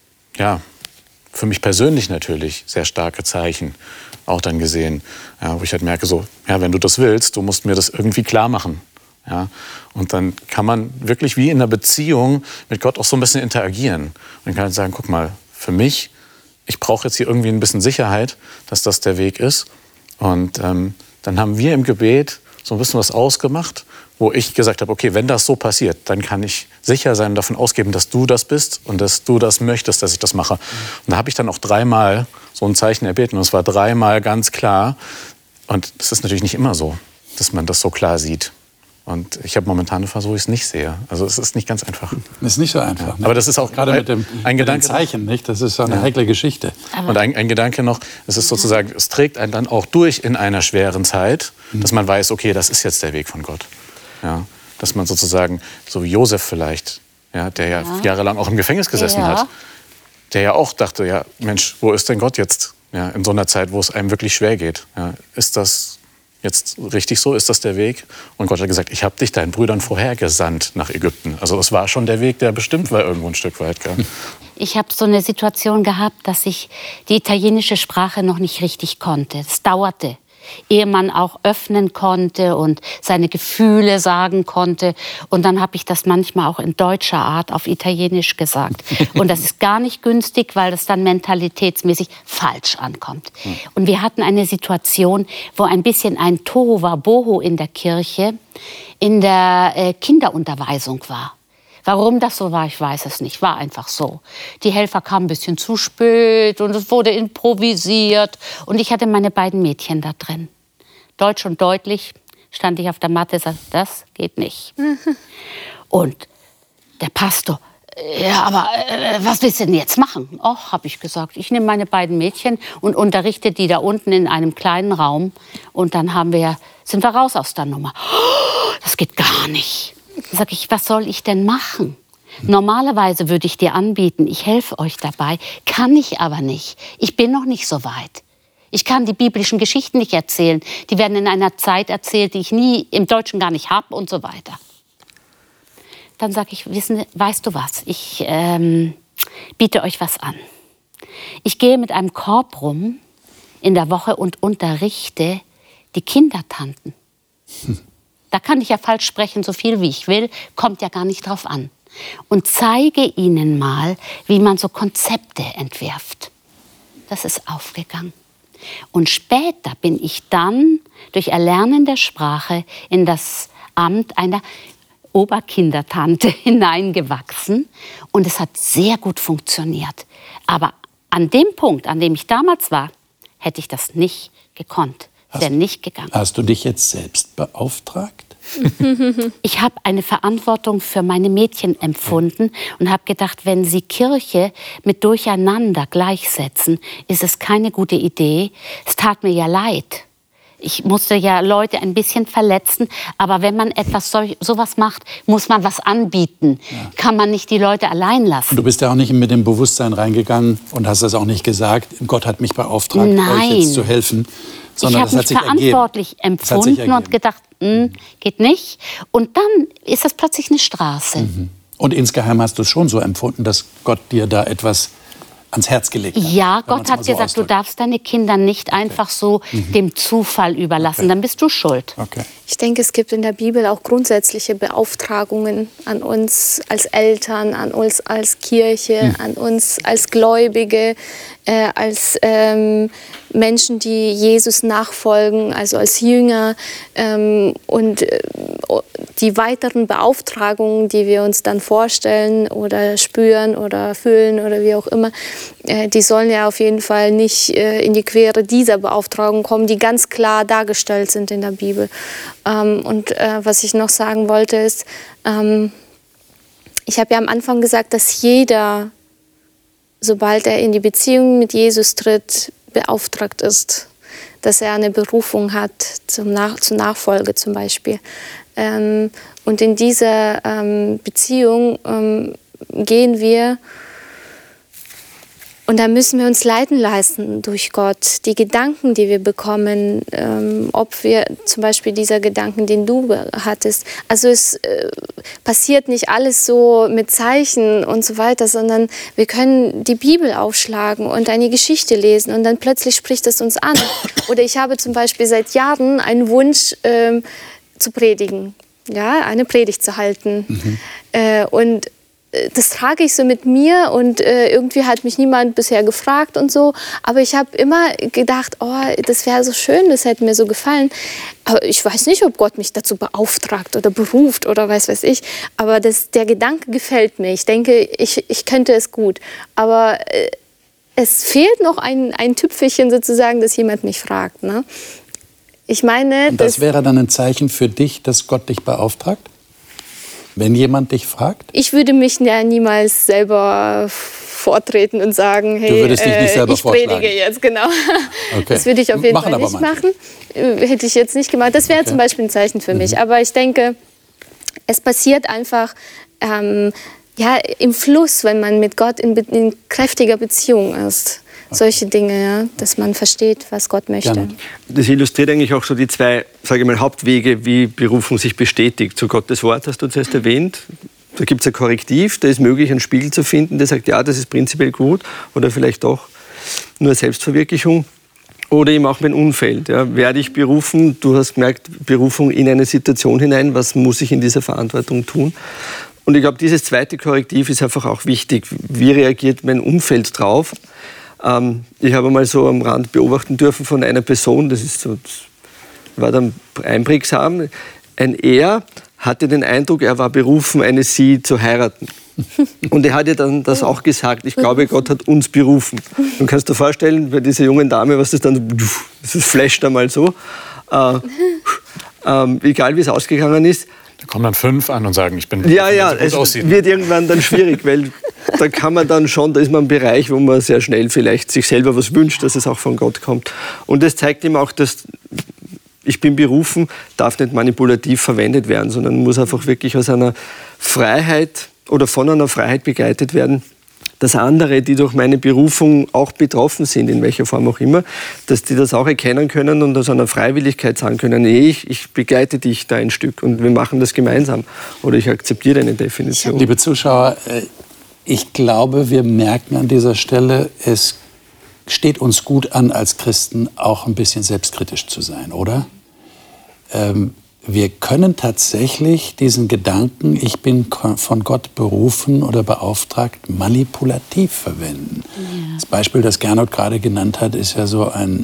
ja, für mich persönlich natürlich sehr starke Zeichen auch dann gesehen, ja, wo ich halt merke, so, ja, wenn du das willst, du musst mir das irgendwie klar machen. Ja, und dann kann man wirklich wie in einer Beziehung mit Gott auch so ein bisschen interagieren. Man kann halt sagen, guck mal, für mich, ich brauche jetzt hier irgendwie ein bisschen Sicherheit, dass das der Weg ist. Und ähm, dann haben wir im Gebet so ein bisschen was ausgemacht, wo ich gesagt habe, okay, wenn das so passiert, dann kann ich sicher sein und davon ausgehen, dass du das bist und dass du das möchtest, dass ich das mache. Und da habe ich dann auch dreimal so ein Zeichen erbeten und es war dreimal ganz klar. Und es ist natürlich nicht immer so, dass man das so klar sieht. Und ich habe momentan eine Phase, wo ich es nicht sehe. Also es ist nicht ganz einfach. Das ist nicht so einfach. Ja. Ne? Aber das ist auch gerade ein, mit dem, ein mit Gedanke. dem Zeichen, nicht? Das ist so eine ja. heikle Geschichte. Aber und ein, ein Gedanke noch, es ist sozusagen, es trägt einen dann auch durch in einer schweren Zeit, mhm. dass man weiß, okay, das ist jetzt der Weg von Gott. Ja. Dass man sozusagen, so wie Josef vielleicht, ja, der ja, ja jahrelang auch im Gefängnis gesessen ja. hat, der ja auch dachte, ja, Mensch, wo ist denn Gott jetzt? Ja, in so einer Zeit, wo es einem wirklich schwer geht. Ja, ist das jetzt richtig so? Ist das der Weg? Und Gott hat gesagt, ich habe dich deinen Brüdern vorhergesandt nach Ägypten. Also das war schon der Weg, der bestimmt war irgendwo ein Stück weit. Gell? Ich habe so eine Situation gehabt, dass ich die italienische Sprache noch nicht richtig konnte. Es dauerte, ehe man auch öffnen konnte und seine Gefühle sagen konnte. Und dann habe ich das manchmal auch in deutscher Art auf Italienisch gesagt. Und das ist gar nicht günstig, weil das dann mentalitätsmäßig falsch ankommt. Und wir hatten eine Situation, wo ein bisschen ein Tohuwabohu in der Kirche in der äh, Kinderunterweisung war. Warum das so war, ich weiß es nicht. War einfach so. Die Helfer kamen ein bisschen zu spät und es wurde improvisiert. Und ich hatte meine beiden Mädchen da drin. Deutsch und deutlich stand ich auf der Matte und sagte, das geht nicht. Und der Pastor, ja, aber äh, was willst du denn jetzt machen? Ach, habe ich gesagt, ich nehme meine beiden Mädchen und unterrichte die da unten in einem kleinen Raum. Und dann haben wir, sind wir raus aus der Nummer. Oh, das geht gar nicht. Sag ich, was soll ich denn machen? Normalerweise würde ich dir anbieten, ich helfe euch dabei, kann ich aber nicht. Ich bin noch nicht so weit. Ich kann die biblischen Geschichten nicht erzählen. Die werden in einer Zeit erzählt, die ich nie im Deutschen gar nicht habe und so weiter. Dann sage ich, wissen, weißt du was, ich ähm, biete euch was an. Ich gehe mit einem Korb rum in der Woche und unterrichte die Kindertanten. Hm. Da kann ich ja falsch sprechen, so viel wie ich will, kommt ja gar nicht drauf an. Und zeige ihnen mal, wie man so Konzepte entwirft. Das ist aufgegangen. Und später bin ich dann durch Erlernen der Sprache in das Amt einer Oberkindertante hineingewachsen. Und es hat sehr gut funktioniert. Aber an dem Punkt, an dem ich damals war, hätte ich das nicht gekonnt. Wäre nicht gegangen. Hast du dich jetzt selbst beauftragt? Ich habe eine Verantwortung für meine Mädchen empfunden und habe gedacht, wenn sie Kirche mit Durcheinander gleichsetzen, ist es keine gute Idee. Es tat mir ja leid. Ich musste ja Leute ein bisschen verletzen, aber wenn man etwas so, sowas macht, muss man was anbieten. Ja. Kann man nicht die Leute allein lassen. Und du bist ja auch nicht mit dem Bewusstsein reingegangen und hast das auch nicht gesagt, Gott hat mich beauftragt, Nein. euch jetzt zu helfen. Sondern ich habe mich verantwortlich ergeben. empfunden und gedacht, mh, geht nicht. Und dann ist das plötzlich eine Straße. Mhm. Und insgeheim hast du es schon so empfunden, dass Gott dir da etwas ans Herz gelegt hat. Ja, Gott hat so gesagt, ausdrückt. Du darfst deine Kinder nicht okay. einfach so mhm. dem Zufall überlassen. Okay. Dann bist du schuld. Okay. Ich denke, es gibt in der Bibel auch grundsätzliche Beauftragungen an uns als Eltern, an uns als Kirche, mhm. an uns als Gläubige, äh, als ähm, Menschen, die Jesus nachfolgen, also als Jünger. Ähm, und äh, die weiteren Beauftragungen, die wir uns dann vorstellen oder spüren oder fühlen oder wie auch immer, äh, die sollen ja auf jeden Fall nicht äh, in die Quere dieser Beauftragungen kommen, die ganz klar dargestellt sind in der Bibel. Ähm, und äh, was ich noch sagen wollte ist, ähm, ich habe ja am Anfang gesagt, dass jeder, sobald er in die Beziehung mit Jesus tritt, beauftragt ist, dass er eine Berufung hat zum Nach- zur Nachfolge zum Beispiel. Ähm, und in dieser ähm, Beziehung ähm, gehen wir Und da müssen wir uns leiten lassen durch Gott. Die Gedanken, die wir bekommen, ähm, ob wir zum Beispiel dieser Gedanken, den du hattest. Also es äh, passiert nicht alles so mit Zeichen und so weiter, sondern wir können die Bibel aufschlagen und eine Geschichte lesen und dann plötzlich spricht es uns an. Oder ich habe zum Beispiel seit Jahren einen Wunsch ähm, zu predigen, ja, eine Predigt zu halten. Mhm. Äh, und das trage ich so mit mir und äh, irgendwie hat mich niemand bisher gefragt und so. Aber ich habe immer gedacht, oh, das wäre so schön, das hätte mir so gefallen. Aber ich weiß nicht, ob Gott mich dazu beauftragt oder beruft oder weiß weiß ich. Aber das, der Gedanke gefällt mir. Ich denke, ich, ich könnte es gut. Aber äh, es fehlt noch ein, ein Tüpfelchen sozusagen, dass jemand mich fragt. Ne? Ich meine, und das wäre dann ein Zeichen für dich, dass Gott dich beauftragt? Wenn jemand dich fragt? Ich würde mich ja niemals selber vortreten und sagen, hey, du würdest dich nicht selber äh, ich predige jetzt, genau. Okay. Das würde ich auf jeden machen Fall nicht machen. Hätte ich jetzt nicht gemacht. Das wäre okay. zum Beispiel ein Zeichen für mhm. mich. Aber ich denke, es passiert einfach ähm, ja, im Fluss, wenn man mit Gott in, in kräftiger Beziehung ist. Solche Dinge, ja, dass man versteht, was Gott möchte. Ja. Das illustriert eigentlich auch so die zwei, sage ich mal, Hauptwege, wie Berufung sich bestätigt. Zu Gottes Wort hast du zuerst erwähnt. Da gibt es ein Korrektiv, da ist möglich, einen Spiegel zu finden, der sagt, ja, das ist prinzipiell gut oder vielleicht doch nur Selbstverwirklichung. Oder eben auch mein Umfeld. Ja. Werde ich berufen? Du hast gemerkt, Berufung in eine Situation hinein. Was muss ich in dieser Verantwortung tun? Und ich glaube, dieses zweite Korrektiv ist einfach auch wichtig. Wie reagiert mein Umfeld drauf? Ich habe mal so am Rand beobachten dürfen von einer Person, das, ist so, das war dann einprägsam, ein Er hatte den Eindruck, er war berufen, eine Sie zu heiraten. Und er hat ja dann das auch gesagt, ich glaube, Gott hat uns berufen. Du kannst dir vorstellen, bei dieser jungen Dame, was das dann, das flasht einmal so, äh, äh, egal wie es ausgegangen ist. Da kommen dann fünf an und sagen, ich bin ja, ja, es aussieht. Wird irgendwann dann schwierig, weil da kann man dann schon, da ist man im Bereich, wo man sehr schnell vielleicht sich selber was wünscht, dass es auch von Gott kommt. Und das zeigt ihm auch, dass ich bin berufen, darf nicht manipulativ verwendet werden, sondern muss einfach wirklich aus einer Freiheit oder von einer Freiheit begleitet werden, dass andere, die durch meine Berufung auch betroffen sind, in welcher Form auch immer, dass die das auch erkennen können und aus einer Freiwilligkeit sagen können, nee, ich, ich begleite dich da ein Stück und wir machen das gemeinsam. Oder ich akzeptiere deine Definition. Liebe Zuschauer, ich glaube, wir merken an dieser Stelle, es steht uns gut an, als Christen auch ein bisschen selbstkritisch zu sein, oder? Ähm, wir können tatsächlich diesen Gedanken, ich bin von Gott berufen oder beauftragt, manipulativ verwenden. Ja. Das Beispiel, das Gernot gerade genannt hat, ist ja so ein,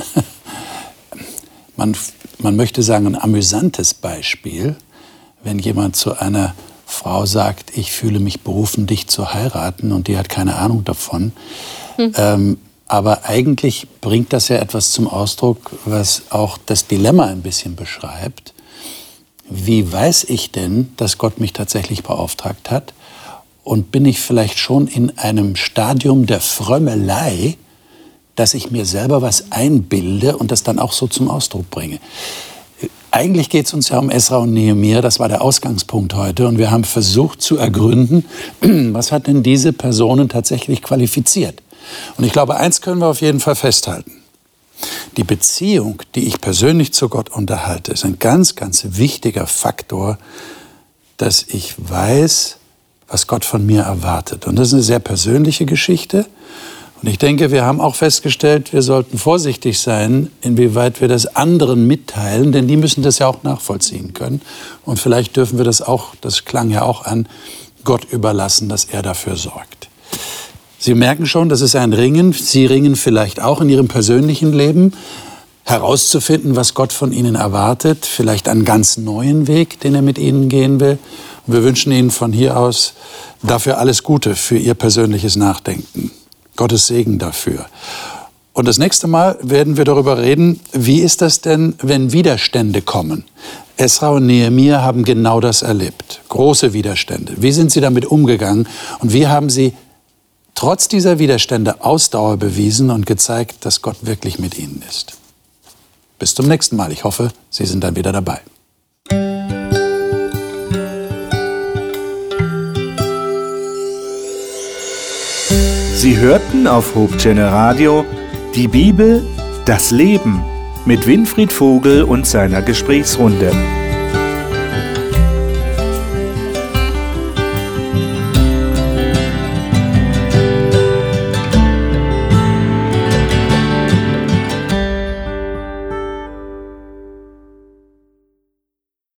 man, man möchte sagen, ein amüsantes Beispiel, wenn jemand zu einer Frau sagt, ich fühle mich berufen, dich zu heiraten, und die hat keine Ahnung davon. Hm. Ähm, aber eigentlich bringt das ja etwas zum Ausdruck, was auch das Dilemma ein bisschen beschreibt. Wie weiß ich denn, dass Gott mich tatsächlich beauftragt hat? Und bin ich vielleicht schon in einem Stadium der Frömmelei, dass ich mir selber was einbilde und das dann auch so zum Ausdruck bringe? Eigentlich geht es uns ja um Esra und Nehemia, das war der Ausgangspunkt heute. Und wir haben versucht zu ergründen, was hat denn diese Personen tatsächlich qualifiziert? Und ich glaube, eins können wir auf jeden Fall festhalten. Die Beziehung, die ich persönlich zu Gott unterhalte, ist ein ganz, ganz wichtiger Faktor, dass ich weiß, was Gott von mir erwartet. Und das ist eine sehr persönliche Geschichte. Und ich denke, wir haben auch festgestellt, wir sollten vorsichtig sein, inwieweit wir das anderen mitteilen, denn die müssen das ja auch nachvollziehen können. Und vielleicht dürfen wir das auch, das klang ja auch an, Gott überlassen, dass er dafür sorgt. Sie merken schon, das ist ein Ringen. Sie ringen vielleicht auch in Ihrem persönlichen Leben, herauszufinden, was Gott von Ihnen erwartet. Vielleicht einen ganz neuen Weg, den er mit Ihnen gehen will. Und wir wünschen Ihnen von hier aus dafür alles Gute für Ihr persönliches Nachdenken. Gottes Segen dafür. Und das nächste Mal werden wir darüber reden, wie ist das denn, wenn Widerstände kommen? Esra und Nehemia haben genau das erlebt. Große Widerstände. Wie sind sie damit umgegangen? Und wie haben sie trotz dieser Widerstände Ausdauer bewiesen und gezeigt, dass Gott wirklich mit ihnen ist? Bis zum nächsten Mal. Ich hoffe, Sie sind dann wieder dabei. Sie hörten auf Hope Channel Radio die Bibel, das Leben mit Winfried Vogel und seiner Gesprächsrunde.